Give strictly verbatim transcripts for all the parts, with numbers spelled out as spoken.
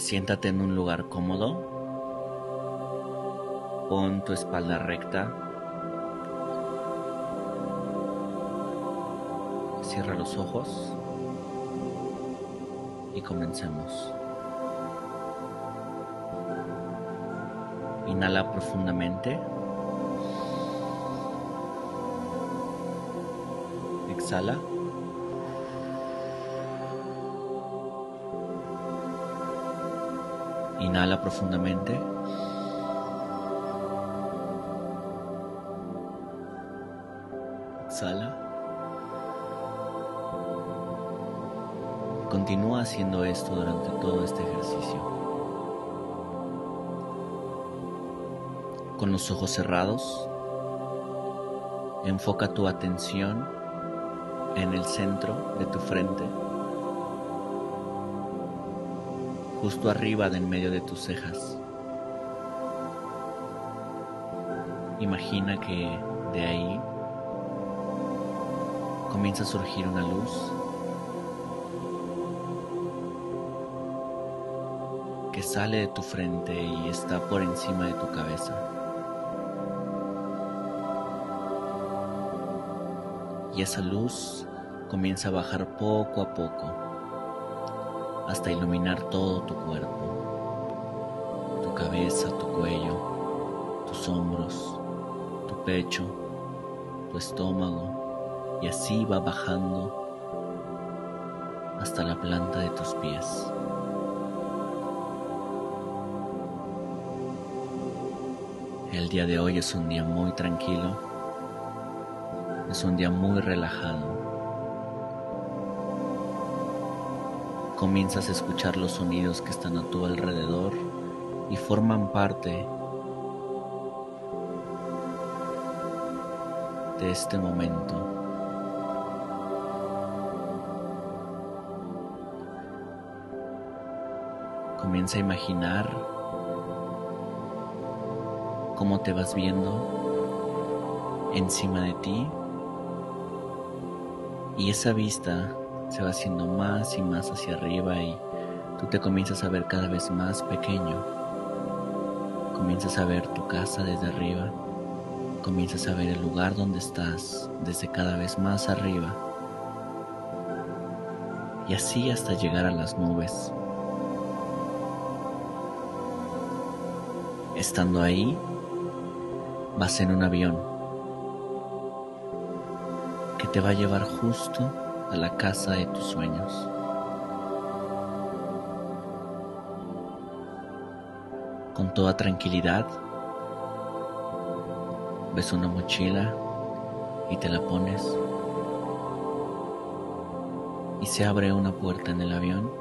Siéntate en un lugar cómodo, pon tu espalda recta, cierra los ojos y comencemos. Inhala profundamente, exhala. Inhala profundamente. Exhala. Continúa haciendo esto durante todo este ejercicio. Con los ojos cerrados, enfoca tu atención en el centro de tu frente, justo arriba del medio de tus cejas. Imagina que de ahí comienza a surgir una luz que sale de tu frente y está por encima de tu cabeza. Y esa luz comienza a bajar poco a poco hasta iluminar todo tu cuerpo, tu cabeza, tu cuello, tus hombros, tu pecho, tu estómago, y así va bajando hasta la planta de tus pies. El día de hoy es un día muy tranquilo, es un día muy relajado. Comienzas a escuchar los sonidos que están a tu alrededor y forman parte de este momento. Comienza a imaginar cómo te vas viendo encima de ti y esa vista se va haciendo más y más hacia arriba y tú te comienzas a ver cada vez más pequeño. Comienzas a ver tu casa desde arriba, comienzas a ver el lugar donde estás desde cada vez más arriba y así hasta llegar a las nubes. Estando ahí, vas en un avión que te va a llevar justo a la casa de tus sueños. Con toda tranquilidad, ves una mochila y te la pones y se abre una puerta en el avión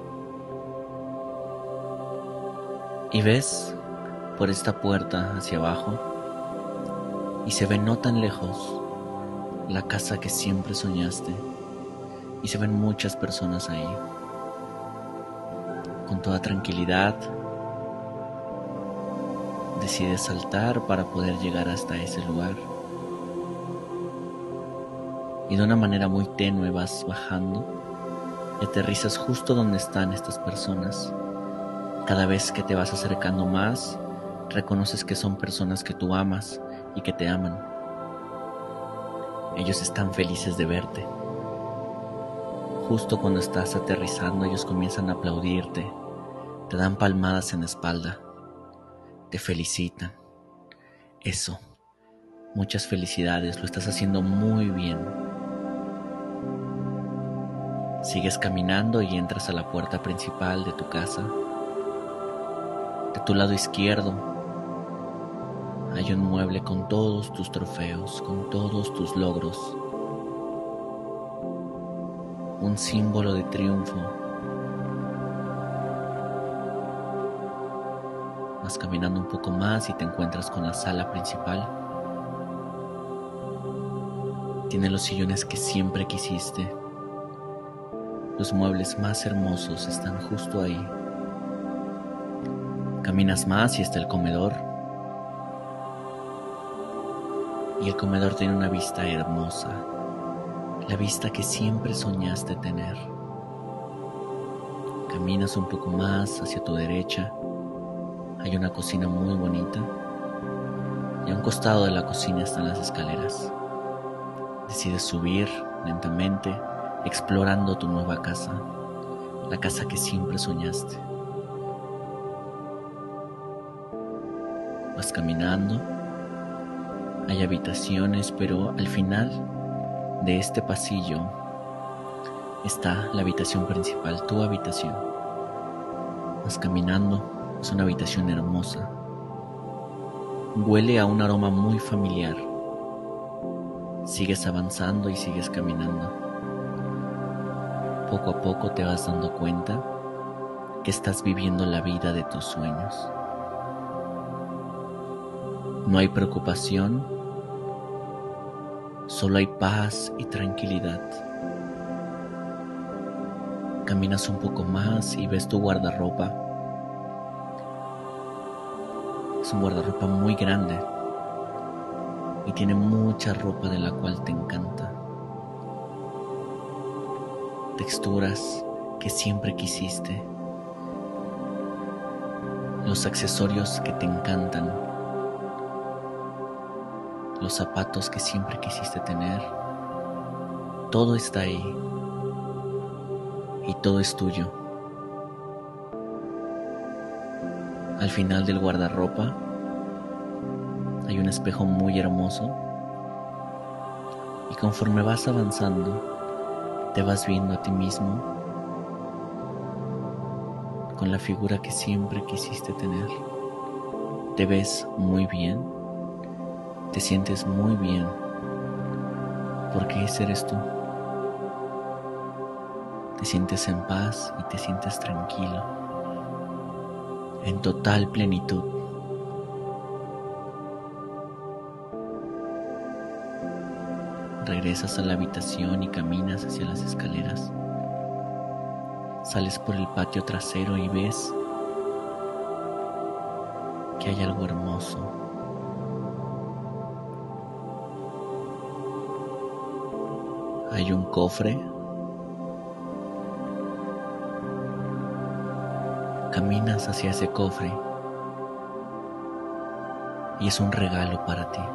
y ves por esta puerta hacia abajo y se ve no tan lejos la casa que siempre soñaste. Y se ven muchas personas ahí. Con toda tranquilidad, decides saltar para poder llegar hasta ese lugar. Y de una manera muy tenue vas bajando y aterrizas justo donde están estas personas. Cada vez que te vas acercando más, reconoces que son personas que tú amas y que te aman. Ellos están felices de verte. Justo cuando estás aterrizando, ellos comienzan a aplaudirte, te dan palmadas en la espalda, te felicitan. Eso, muchas felicidades, lo estás haciendo muy bien. Sigues caminando y entras a la puerta principal de tu casa. De tu lado izquierdo hay un mueble con todos tus trofeos, con todos tus logros. Un símbolo de triunfo. Vas caminando un poco más y te encuentras con la sala principal. Tiene los sillones que siempre quisiste. Los muebles más hermosos están justo ahí. Caminas más y está el comedor. Y el comedor tiene una vista hermosa. La vista que siempre soñaste tener. Caminas un poco más hacia tu derecha. Hay una cocina muy bonita. Y a un costado de la cocina están las escaleras. Decides subir lentamente, explorando tu nueva casa, la casa que siempre soñaste. Vas caminando, hay habitaciones, pero al final de este pasillo está la habitación principal, tu habitación. Vas caminando, es una habitación hermosa. Huele a un aroma muy familiar. Sigues avanzando y sigues caminando. Poco a poco te vas dando cuenta que estás viviendo la vida de tus sueños. No hay preocupación, solo hay paz y tranquilidad. Caminas un poco más y ves tu guardarropa. Es un guardarropa muy grande y tiene mucha ropa de la cual te encanta. Texturas que siempre quisiste. Los accesorios que te encantan. Los zapatos que siempre quisiste tener. Todo está ahí. Y todo es tuyo. Al final del guardarropa hay un espejo muy hermoso. Y conforme vas avanzando, te vas viendo a ti mismo con la figura que siempre quisiste tener. Te ves muy bien, te sientes muy bien, porque ese eres tú. Te sientes en paz y te sientes tranquilo, en total plenitud. Regresas a la habitación y caminas hacia las escaleras. Sales por el patio trasero y ves que hay algo hermoso. Hay un cofre. Caminas hacia ese cofre y es un regalo para ti.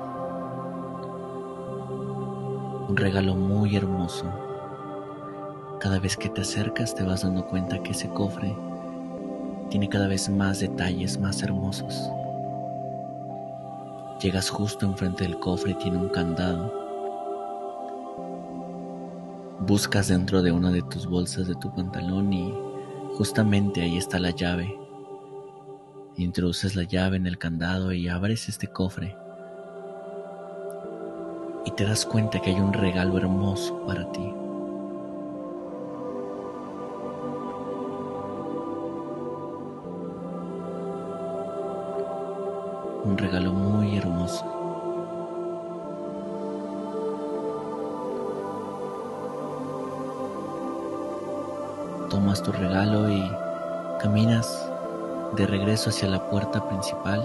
Un regalo muy hermoso. Cada vez que te acercas te vas dando cuenta que ese cofre tiene cada vez más detalles más hermosos. Llegas justo enfrente del cofre y tiene un candado. Buscas dentro de una de tus bolsas de tu pantalón y justamente ahí está la llave. Introduces la llave en el candado y abres este cofre. Y te das cuenta que hay un regalo hermoso para ti. Un regalo muy hermoso. Tomas tu regalo y caminas de regreso hacia la puerta principal.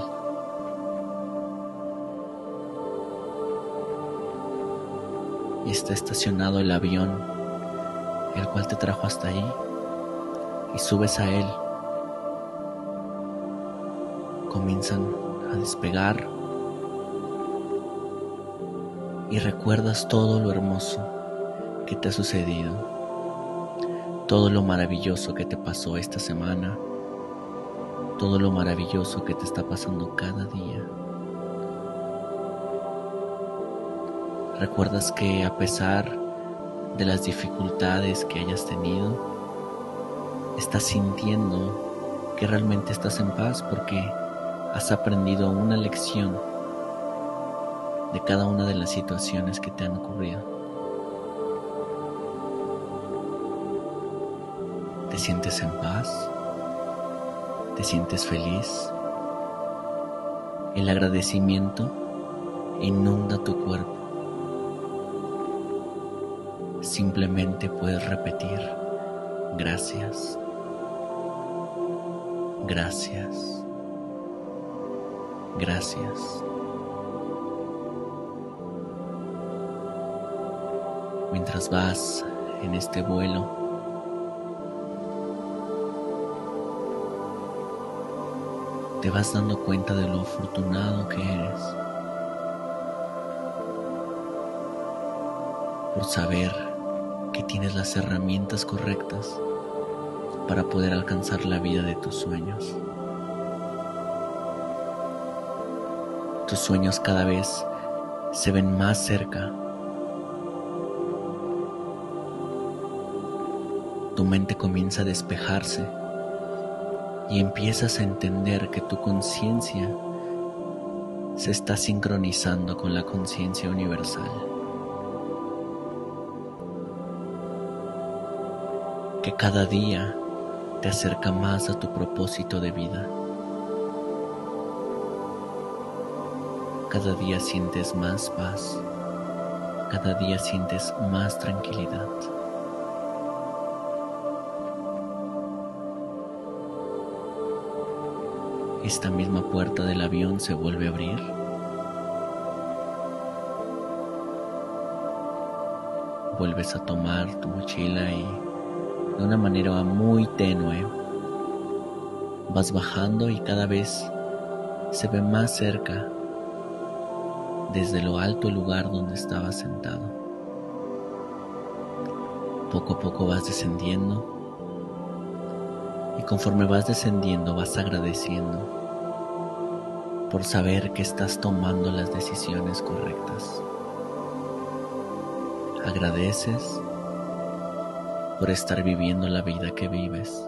Y está estacionado el avión, el cual te trajo hasta ahí, y subes a él. Comienzan a despegar y recuerdas todo lo hermoso que te ha sucedido, todo lo maravilloso que te pasó esta semana, todo lo maravilloso que te está pasando cada día. Recuerdas que a pesar de las dificultades que hayas tenido, estás sintiendo que realmente estás en paz porque has aprendido una lección de cada una de las situaciones que te han ocurrido. Te sientes en paz, te sientes feliz. El agradecimiento inunda tu cuerpo. Simplemente puedes repetir: gracias, gracias, gracias. Mientras vas en este vuelo, te vas dando cuenta de lo afortunado que eres por saber que tienes las herramientas correctas para poder alcanzar la vida de tus sueños. Tus sueños cada vez se ven más cerca. Tu mente comienza a despejarse y empiezas a entender que tu conciencia se está sincronizando con la conciencia universal. Que cada día te acerca más a tu propósito de vida. Cada día sientes más paz. Cada día sientes más tranquilidad. Esta misma puerta del avión se vuelve a abrir. Vuelves a tomar tu mochila y de una manera muy tenue vas bajando y cada vez se ve más cerca desde lo alto el lugar donde estabas sentado. Poco a poco vas descendiendo y conforme vas descendiendo vas agradeciendo por saber que estás tomando las decisiones correctas. Agradeces por estar viviendo la vida que vives.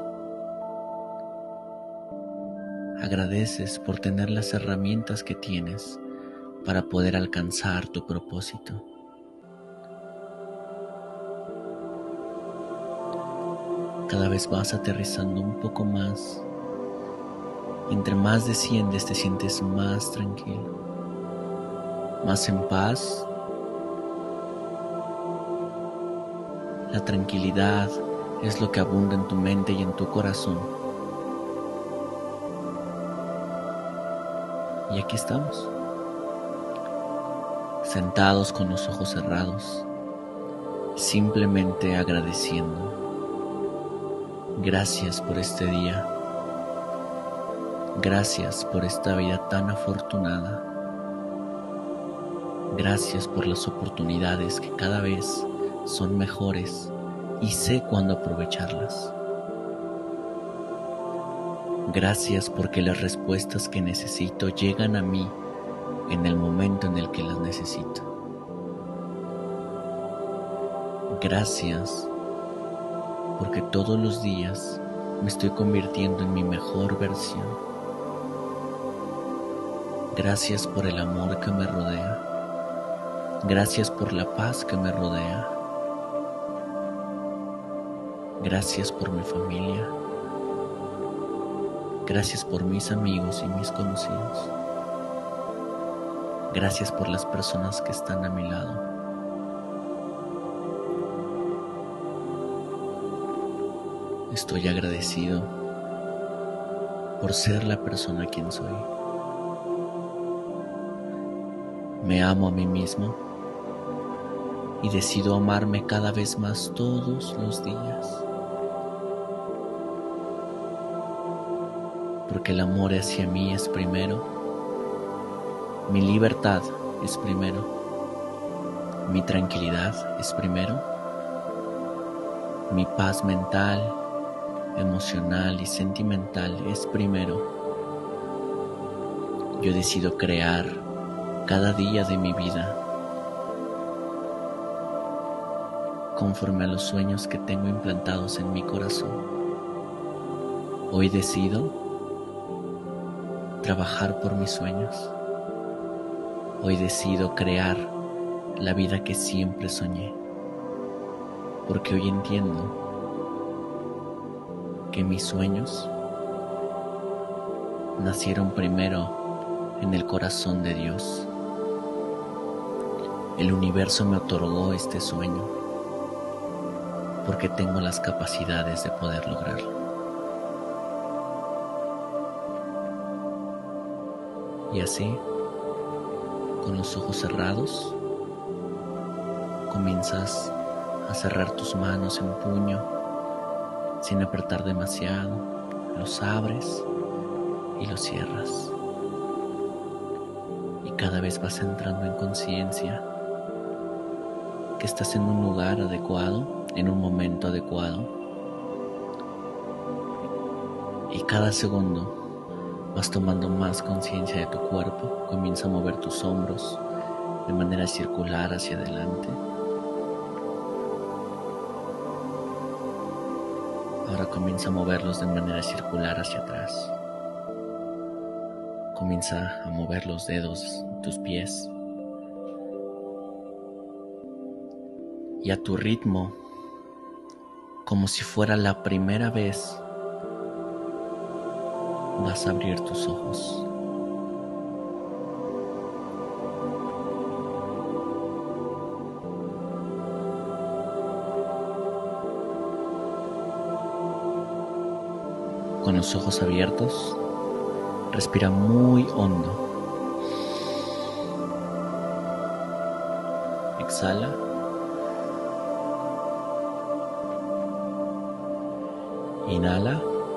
Agradeces por tener las herramientas que tienes para poder alcanzar tu propósito. Cada vez vas aterrizando un poco más. Entre más desciendes te sientes más tranquilo, más en paz. La tranquilidad es lo que abunda en tu mente y en tu corazón. Y aquí estamos, sentados con los ojos cerrados, simplemente agradeciendo. Gracias por este día. Gracias por esta vida tan afortunada. Gracias por las oportunidades que cada vez son mejores y sé cuándo aprovecharlas. Gracias porque las respuestas que necesito llegan a mí en el momento en el que las necesito. Gracias porque todos los días me estoy convirtiendo en mi mejor versión. Gracias por el amor que me rodea. Gracias por la paz que me rodea. Gracias por mi familia. Gracias por mis amigos y mis conocidos. Gracias por las personas que están a mi lado. Estoy agradecido por ser la persona quien soy. Me amo a mí mismo y decido amarme cada vez más todos los días. Porque el amor hacia mí es primero, mi libertad es primero, mi tranquilidad es primero, mi paz mental, emocional y sentimental es primero. Yo decido crear cada día de mi vida conforme a los sueños que tengo implantados en mi corazón. Hoy decido trabajar por mis sueños. Hoy decido crear la vida que siempre soñé, porque hoy entiendo que mis sueños nacieron primero en el corazón de Dios. El universo me otorgó este sueño porque tengo las capacidades de poder lograrlo. Y así, con los ojos cerrados, comienzas a cerrar tus manos en puño sin apretar demasiado. Los abres y los cierras. Y cada vez vas entrando en conciencia que estás en un lugar adecuado, en un momento adecuado. Y cada segundo vas tomando más conciencia de tu cuerpo. Comienza a mover tus hombros de manera circular hacia adelante. Ahora comienza a moverlos de manera circular hacia atrás. Comienza a mover los dedos de tus pies. Y a tu ritmo, como si fuera la primera vez, vas a abrir tus ojos. Con los ojos abiertos, respira muy hondo. Exhala. Inhala.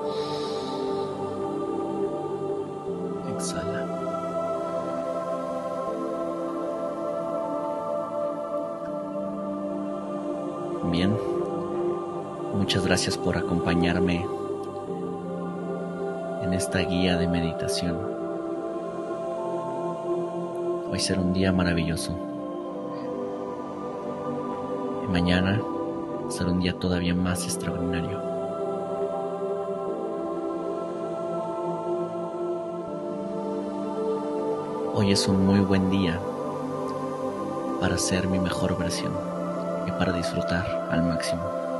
Exhala. Bien. Muchas gracias por acompañarme en esta guía de meditación. Hoy será un día maravilloso. Y mañana será un día todavía más extraordinario. Hoy es un muy buen día para ser mi mejor versión y para disfrutar al máximo.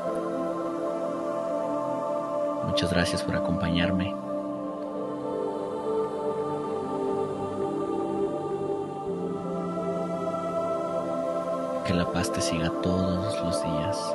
Muchas gracias por acompañarme. Que la paz te siga todos los días.